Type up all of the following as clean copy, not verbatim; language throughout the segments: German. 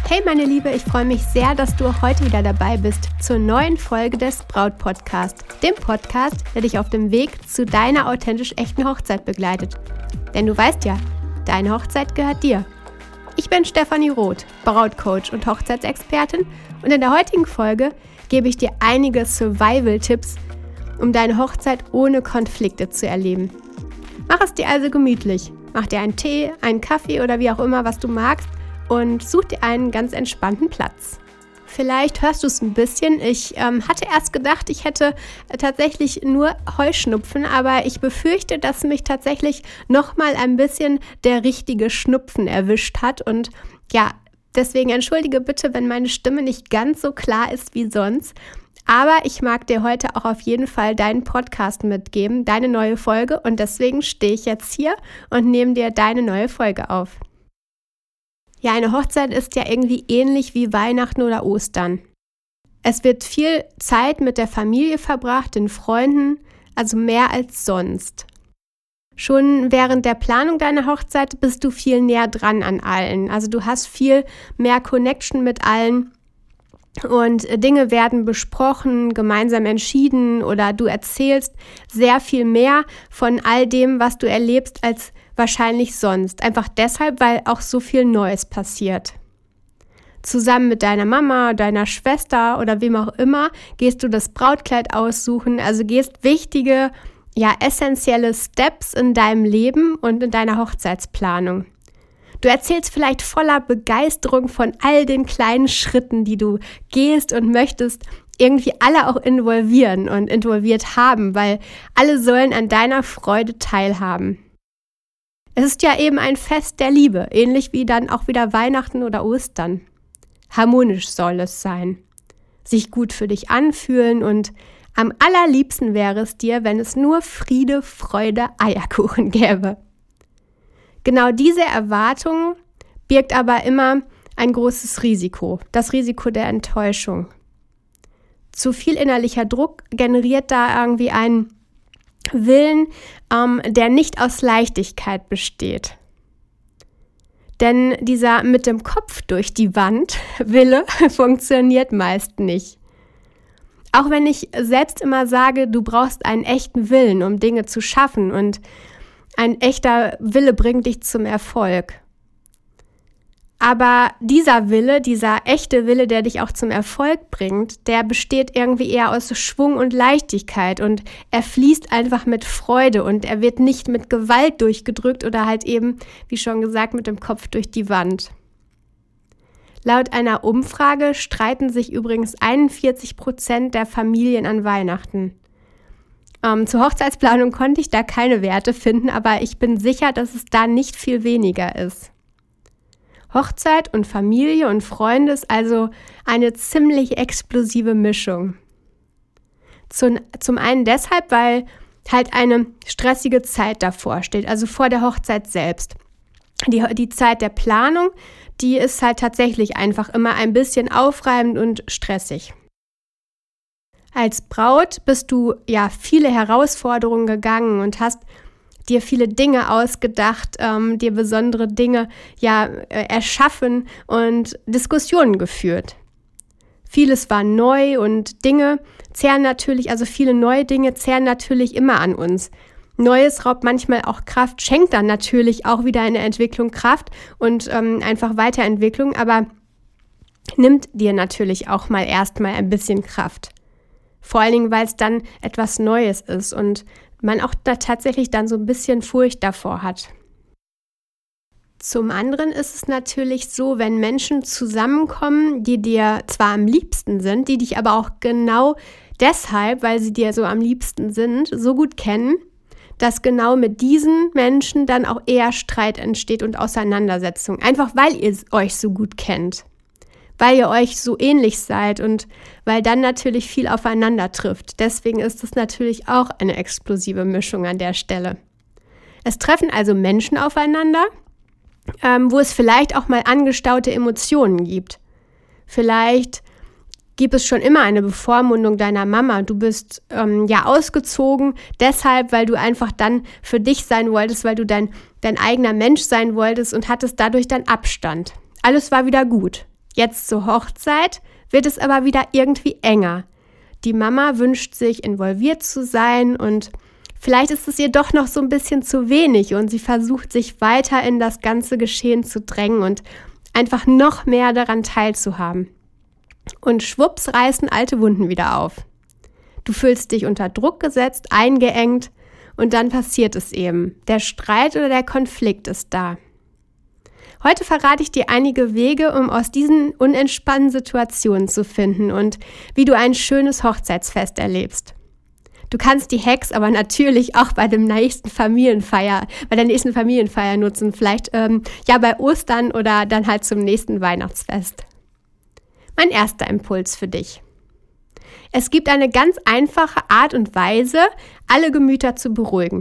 Hey meine Liebe, ich freue mich sehr, dass du auch heute wieder dabei bist zur neuen Folge des Braut-Podcast, dem Podcast, der dich auf dem Weg zu deiner authentisch echten Hochzeit begleitet. Denn du weißt ja, deine Hochzeit gehört dir. Ich bin Stefanie Roth, Brautcoach und Hochzeitsexpertin und in der heutigen Folge gebe ich dir einige Survival-Tipps, um deine Hochzeit ohne Konflikte zu erleben. Mach es dir also gemütlich. Mach dir einen Tee, einen Kaffee oder wie auch immer, was du magst und such dir einen ganz entspannten Platz. Vielleicht hörst du es ein bisschen. Ich hatte erst gedacht, ich hätte tatsächlich nur Heuschnupfen, aber ich befürchte, dass mich tatsächlich nochmal ein bisschen der richtige Schnupfen erwischt hat. Und ja, deswegen entschuldige bitte, wenn meine Stimme nicht ganz so klar ist wie sonst. Aber ich mag dir heute auch auf jeden Fall deinen Podcast mitgeben, deine neue Folge. Und deswegen stehe ich jetzt hier und nehme dir deine neue Folge auf. Ja, eine Hochzeit ist ja irgendwie ähnlich wie Weihnachten oder Ostern. Es wird viel Zeit mit der Familie verbracht, den Freunden, also mehr als sonst. Schon während der Planung deiner Hochzeit bist du viel näher dran an allen. Also du hast viel mehr Connection mit allen und Dinge werden besprochen, gemeinsam entschieden oder du erzählst sehr viel mehr von all dem, was du erlebst, als wahrscheinlich sonst. Einfach deshalb, weil auch so viel Neues passiert. Zusammen mit deiner Mama, deiner Schwester oder wem auch immer gehst du das Brautkleid aussuchen, also gehst wichtige, essentielle Steps in deinem Leben und in deiner Hochzeitsplanung. Du erzählst vielleicht voller Begeisterung von all den kleinen Schritten, die du gehst und möchtest irgendwie alle auch involvieren und involviert haben, weil alle sollen an deiner Freude teilhaben. Es ist ja eben ein Fest der Liebe, ähnlich wie dann auch wieder Weihnachten oder Ostern. Harmonisch soll es sein, sich gut für dich anfühlen und am allerliebsten wäre es dir, wenn es nur Friede, Freude, Eierkuchen gäbe. Genau diese Erwartung birgt aber immer ein großes Risiko, das Risiko der Enttäuschung. Zu viel innerlicher Druck generiert da irgendwie einen Willen, der nicht aus Leichtigkeit besteht. Denn dieser mit dem Kopf durch die Wand Wille funktioniert meist nicht. Auch wenn ich selbst immer sage, du brauchst einen echten Willen, um Dinge zu schaffen und ein echter Wille bringt dich zum Erfolg. Aber dieser Wille, dieser echte Wille, der dich auch zum Erfolg bringt, der besteht irgendwie eher aus Schwung und Leichtigkeit und er fließt einfach mit Freude und er wird nicht mit Gewalt durchgedrückt oder halt eben, wie schon gesagt, mit dem Kopf durch die Wand. Laut einer Umfrage streiten sich übrigens 41% der Familien an Weihnachten. Zur Hochzeitsplanung konnte ich da keine Werte finden, aber ich bin sicher, dass es da nicht viel weniger ist. Hochzeit und Familie und Freunde ist also eine ziemlich explosive Mischung. Zum einen deshalb, weil halt eine stressige Zeit davor steht, also vor der Hochzeit selbst. Die Zeit der Planung, die ist halt tatsächlich einfach immer ein bisschen aufreibend und stressig. Als Braut bist du viele Herausforderungen gegangen und hast dir viele Dinge ausgedacht, dir besondere Dinge erschaffen und Diskussionen geführt. Vieles war neu und viele neue Dinge zehren natürlich immer an uns. Neues raubt manchmal auch Kraft, schenkt dann natürlich auch wieder in der Entwicklung Kraft und einfach Weiterentwicklung, aber nimmt dir natürlich auch mal erstmal ein bisschen Kraft. Vor allen Dingen, weil es dann etwas Neues ist und man auch da tatsächlich dann so ein bisschen Furcht davor hat. Zum anderen ist es natürlich so, wenn Menschen zusammenkommen, die dir zwar am liebsten sind, die dich aber auch genau deshalb, weil sie dir so am liebsten sind, so gut kennen, dass genau mit diesen Menschen dann auch eher Streit entsteht und Auseinandersetzung. Einfach weil ihr euch so gut kennt. Weil ihr euch so ähnlich seid und weil dann natürlich viel aufeinander trifft. Deswegen ist es natürlich auch eine explosive Mischung an der Stelle. Es treffen also Menschen aufeinander, wo es vielleicht auch mal angestaute Emotionen gibt. Vielleicht gibt es schon immer eine Bevormundung deiner Mama. Du bist ausgezogen, deshalb, weil du einfach dann für dich sein wolltest, weil du dein eigener Mensch sein wolltest und hattest dadurch dann Abstand. Alles war wieder gut. Jetzt zur Hochzeit wird es aber wieder irgendwie enger. Die Mama wünscht sich, involviert zu sein und vielleicht ist es ihr doch noch so ein bisschen zu wenig und sie versucht, sich weiter in das ganze Geschehen zu drängen und einfach noch mehr daran teilzuhaben. Und schwupps reißen alte Wunden wieder auf. Du fühlst dich unter Druck gesetzt, eingeengt und dann passiert es eben. Der Streit oder der Konflikt ist da. Heute verrate ich dir einige Wege, um aus diesen unentspannten Situationen zu finden und wie du ein schönes Hochzeitsfest erlebst. Du kannst die Hacks aber natürlich auch bei der nächsten Familienfeier nutzen, vielleicht bei Ostern oder dann halt zum nächsten Weihnachtsfest. Mein erster Impuls für dich. Es gibt eine ganz einfache Art und Weise, alle Gemüter zu beruhigen.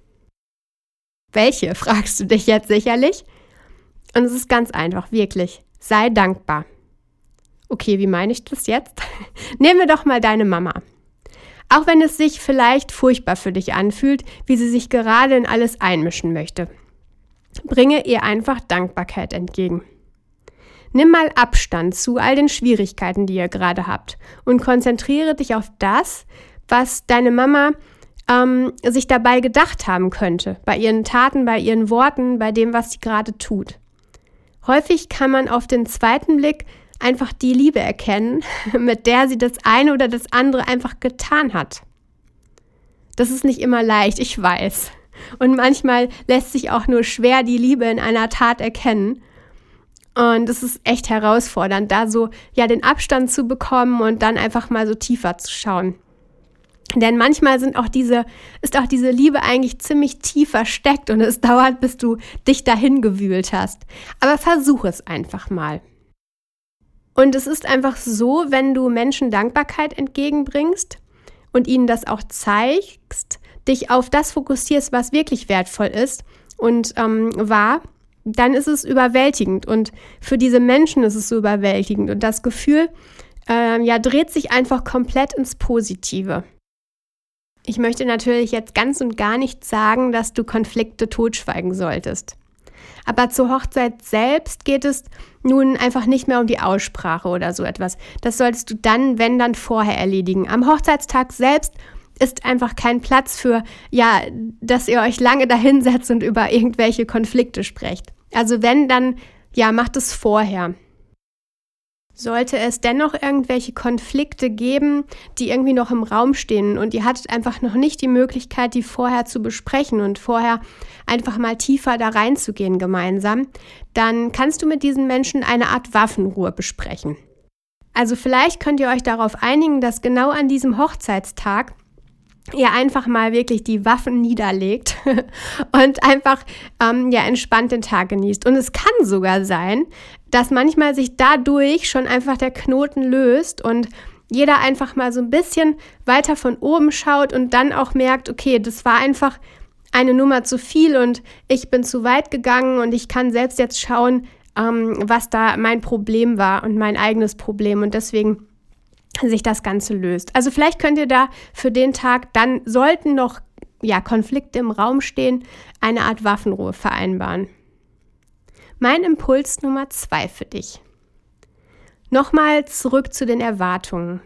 Welche, fragst du dich jetzt sicherlich? Und es ist ganz einfach, wirklich. Sei dankbar. Okay, wie meine ich das jetzt? Nehmen wir doch mal deine Mama. Auch wenn es sich vielleicht furchtbar für dich anfühlt, wie sie sich gerade in alles einmischen möchte. Bringe ihr einfach Dankbarkeit entgegen. Nimm mal Abstand zu all den Schwierigkeiten, die ihr gerade habt und konzentriere dich auf das, was deine Mama sich dabei gedacht haben könnte, bei ihren Taten, bei ihren Worten, bei dem, was sie gerade tut. Häufig kann man auf den zweiten Blick einfach die Liebe erkennen, mit der sie das eine oder das andere einfach getan hat. Das ist nicht immer leicht, ich weiß. Und manchmal lässt sich auch nur schwer die Liebe in einer Tat erkennen. Und es ist echt herausfordernd, da so den Abstand zu bekommen und dann einfach mal so tiefer zu schauen. Denn manchmal ist auch diese Liebe eigentlich ziemlich tief versteckt und es dauert, bis du dich dahin gewühlt hast. Aber versuch es einfach mal. Und es ist einfach so, wenn du Menschen Dankbarkeit entgegenbringst und ihnen das auch zeigst, dich auf das fokussierst, was wirklich wertvoll ist und wahr, dann ist es überwältigend. Und für diese Menschen ist es so überwältigend. Und das Gefühl dreht sich einfach komplett ins Positive. Ich möchte natürlich jetzt ganz und gar nicht sagen, dass du Konflikte totschweigen solltest. Aber zur Hochzeit selbst geht es nun einfach nicht mehr um die Aussprache oder so etwas. Das solltest du dann, wenn dann, vorher erledigen. Am Hochzeitstag selbst ist einfach kein Platz für, dass ihr euch lange dahinsetzt und über irgendwelche Konflikte sprecht. Also wenn, dann, macht es vorher. Sollte es dennoch irgendwelche Konflikte geben, die irgendwie noch im Raum stehen und ihr hattet einfach noch nicht die Möglichkeit, die vorher zu besprechen und vorher einfach mal tiefer da reinzugehen gemeinsam, dann kannst du mit diesen Menschen eine Art Waffenruhe besprechen. Also vielleicht könnt ihr euch darauf einigen, dass genau an diesem Hochzeitstag ihr einfach mal wirklich die Waffen niederlegt und einfach entspannt den Tag genießt. Und es kann sogar sein, dass manchmal sich dadurch schon einfach der Knoten löst und jeder einfach mal so ein bisschen weiter von oben schaut und dann auch merkt, okay, das war einfach eine Nummer zu viel und ich bin zu weit gegangen und ich kann selbst jetzt schauen, was da mein Problem war und mein eigenes Problem und deswegen sich das Ganze löst. Also vielleicht könnt ihr da für den Tag, dann sollten noch Konflikte im Raum stehen, eine Art Waffenruhe vereinbaren. Mein Impuls Nummer 2 für dich. Nochmal zurück zu den Erwartungen.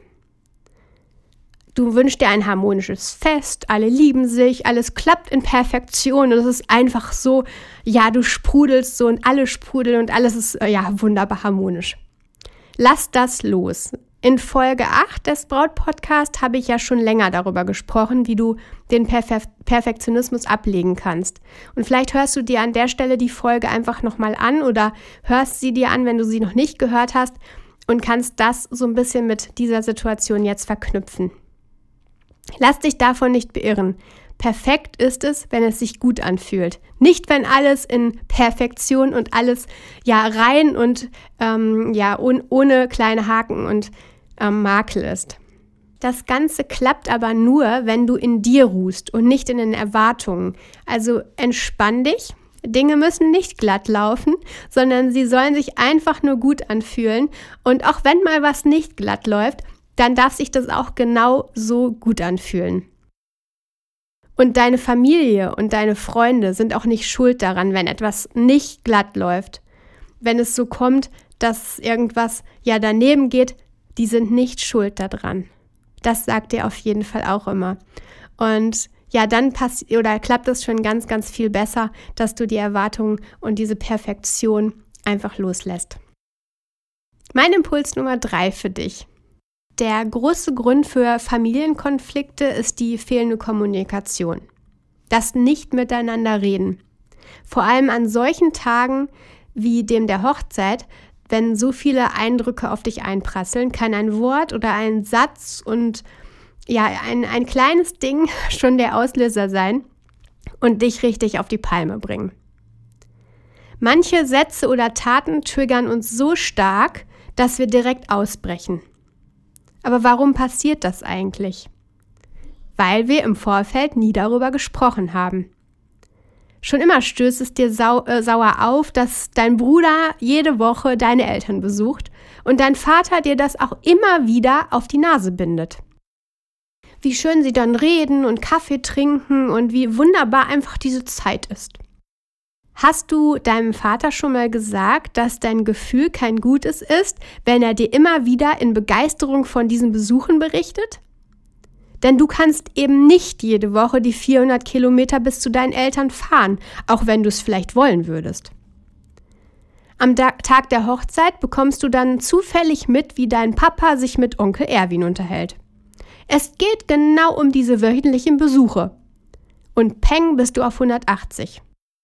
Du wünschst dir ein harmonisches Fest, alle lieben sich, alles klappt in Perfektion und es ist einfach so, du sprudelst so und alle sprudeln und alles ist wunderbar harmonisch. Lass das los. In Folge 8 des Braut-Podcasts habe ich ja schon länger darüber gesprochen, wie du den Perfektionismus ablegen kannst. Und vielleicht hörst du dir an der Stelle die Folge einfach nochmal an oder hörst sie dir an, wenn du sie noch nicht gehört hast und kannst das so ein bisschen mit dieser Situation jetzt verknüpfen. Lass dich davon nicht beirren. Perfekt ist es, wenn es sich gut anfühlt. Nicht, wenn alles in Perfektion und alles rein und ohne kleine Haken und Makel ist. Das Ganze klappt aber nur, wenn du in dir ruhst und nicht in den Erwartungen. Also entspann dich. Dinge müssen nicht glatt laufen, sondern sie sollen sich einfach nur gut anfühlen. Und auch wenn mal was nicht glatt läuft, dann darf sich das auch genau so gut anfühlen. Und deine Familie und deine Freunde sind auch nicht schuld daran, wenn etwas nicht glatt läuft. Wenn es so kommt, dass irgendwas daneben geht, die sind nicht schuld daran. Das sagt er auf jeden Fall auch immer. Und dann klappt es schon ganz, ganz viel besser, dass du die Erwartungen und diese Perfektion einfach loslässt. Mein Impuls Nummer 3 für dich. Der große Grund für Familienkonflikte ist die fehlende Kommunikation. Das nicht miteinander reden. Vor allem an solchen Tagen wie dem der Hochzeit, wenn so viele Eindrücke auf dich einprasseln, kann ein Wort oder ein Satz und ein kleines Ding schon der Auslöser sein und dich richtig auf die Palme bringen. Manche Sätze oder Taten triggern uns so stark, dass wir direkt ausbrechen. Aber warum passiert das eigentlich? Weil wir im Vorfeld nie darüber gesprochen haben. Schon immer stößt es dir sauer auf, dass dein Bruder jede Woche deine Eltern besucht und dein Vater dir das auch immer wieder auf die Nase bindet. Wie schön sie dann reden und Kaffee trinken und wie wunderbar einfach diese Zeit ist. Hast du deinem Vater schon mal gesagt, dass dein Gefühl kein gutes ist, wenn er dir immer wieder in Begeisterung von diesen Besuchen berichtet? Denn du kannst eben nicht jede Woche die 400 Kilometer bis zu deinen Eltern fahren, auch wenn du es vielleicht wollen würdest. Am Tag der Hochzeit bekommst du dann zufällig mit, wie dein Papa sich mit Onkel Erwin unterhält. Es geht genau um diese wöchentlichen Besuche. Und peng bist du auf 180.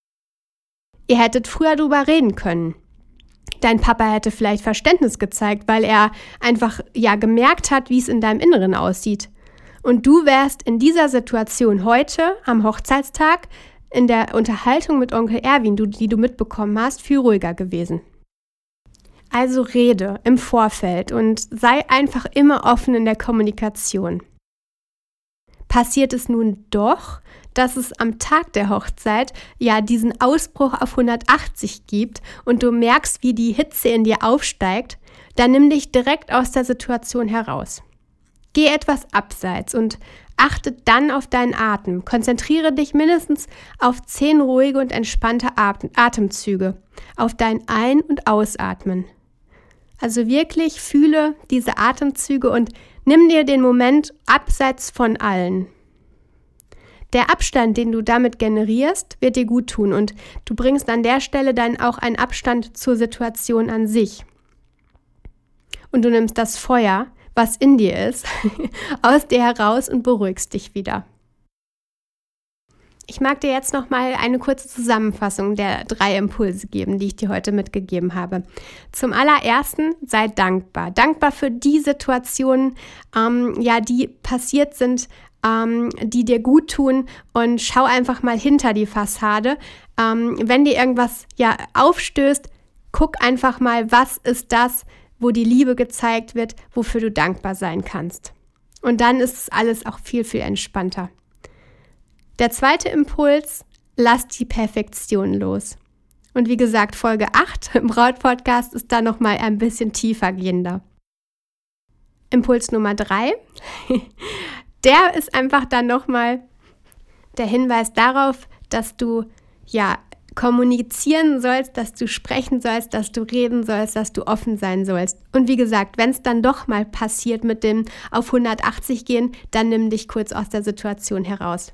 Ihr hättet früher drüber reden können. Dein Papa hätte vielleicht Verständnis gezeigt, weil er einfach gemerkt hat, wie es in deinem Inneren aussieht. Und du wärst in dieser Situation heute, am Hochzeitstag, in der Unterhaltung mit Onkel Erwin, die du mitbekommen hast, viel ruhiger gewesen. Also rede im Vorfeld und sei einfach immer offen in der Kommunikation. Passiert es nun doch, dass es am Tag der Hochzeit diesen Ausbruch auf 180 gibt und du merkst, wie die Hitze in dir aufsteigt, dann nimm dich direkt aus der Situation heraus. Geh etwas abseits und achte dann auf deinen Atem. Konzentriere dich mindestens auf 10 ruhige und entspannte Atemzüge, auf dein Ein- und Ausatmen. Also wirklich fühle diese Atemzüge und nimm dir den Moment abseits von allen. Der Abstand, den du damit generierst, wird dir gut tun und du bringst an der Stelle dann auch einen Abstand zur Situation an sich. Und du nimmst das Feuer, was in dir ist, aus dir heraus und beruhigst dich wieder. Ich mag dir jetzt nochmal eine kurze Zusammenfassung der 3 Impulse geben, die ich dir heute mitgegeben habe. Zum allerersten, sei dankbar. Dankbar für die Situationen, die passiert sind, die dir gut tun und schau einfach mal hinter die Fassade. Wenn dir irgendwas aufstößt, guck einfach mal, was ist das, wo die Liebe gezeigt wird, wofür du dankbar sein kannst. Und dann ist alles auch viel, viel entspannter. Der zweite Impuls, lass die Perfektion los. Und wie gesagt, Folge 8 im Braut-Podcast ist da nochmal ein bisschen tiefer gehender. Impuls Nummer 3, der ist einfach dann nochmal der Hinweis darauf, dass du kommunizieren sollst, dass du sprechen sollst, dass du reden sollst, dass du offen sein sollst. Und wie gesagt, wenn es dann doch mal passiert mit dem auf 180 gehen, dann nimm dich kurz aus der Situation heraus.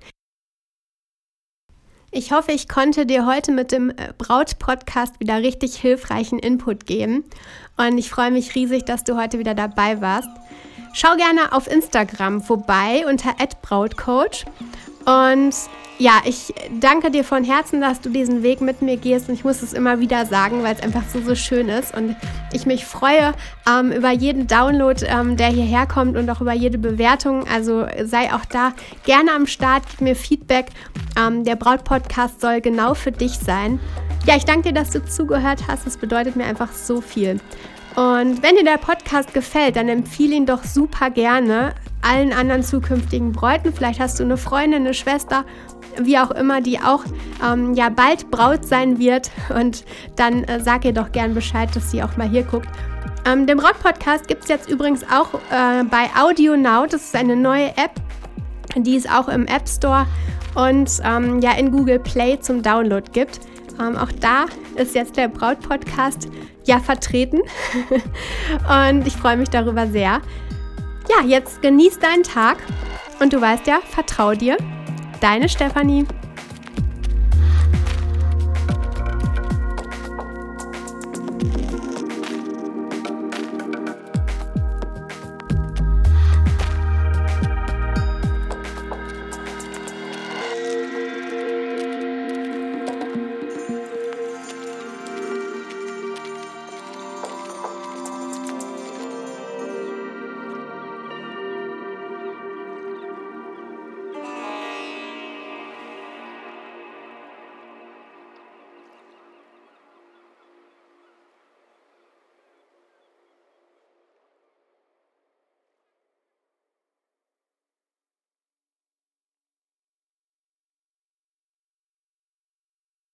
Ich hoffe, ich konnte dir heute mit dem Braut-Podcast wieder richtig hilfreichen Input geben und ich freue mich riesig, dass du heute wieder dabei warst. Schau gerne auf Instagram vorbei unter @brautcoach und ich danke dir von Herzen, dass du diesen Weg mit mir gehst und ich muss es immer wieder sagen, weil es einfach so schön ist und ich mich freue über jeden Download, der hierher kommt und auch über jede Bewertung, also sei auch da gerne am Start, gib mir Feedback, der Braut-Podcast soll genau für dich sein. Ja, ich danke dir, dass du zugehört hast, das bedeutet mir einfach so viel. Und wenn dir der Podcast gefällt, dann empfehle ihn doch super gerne allen anderen zukünftigen Bräuten. Vielleicht hast du eine Freundin, eine Schwester, wie auch immer, die auch bald Braut sein wird. Und dann sag ihr doch gern Bescheid, dass sie auch mal hier guckt. Den Braut-Podcast gibt es jetzt übrigens auch bei AudioNow. Das ist eine neue App, die es auch im App Store und in Google Play zum Download gibt. Auch da ist jetzt der Braut-Podcast ja vertreten und ich freue mich darüber sehr. Ja, jetzt genieß deinen Tag und du weißt ja, vertrau dir. Deine Stefanie.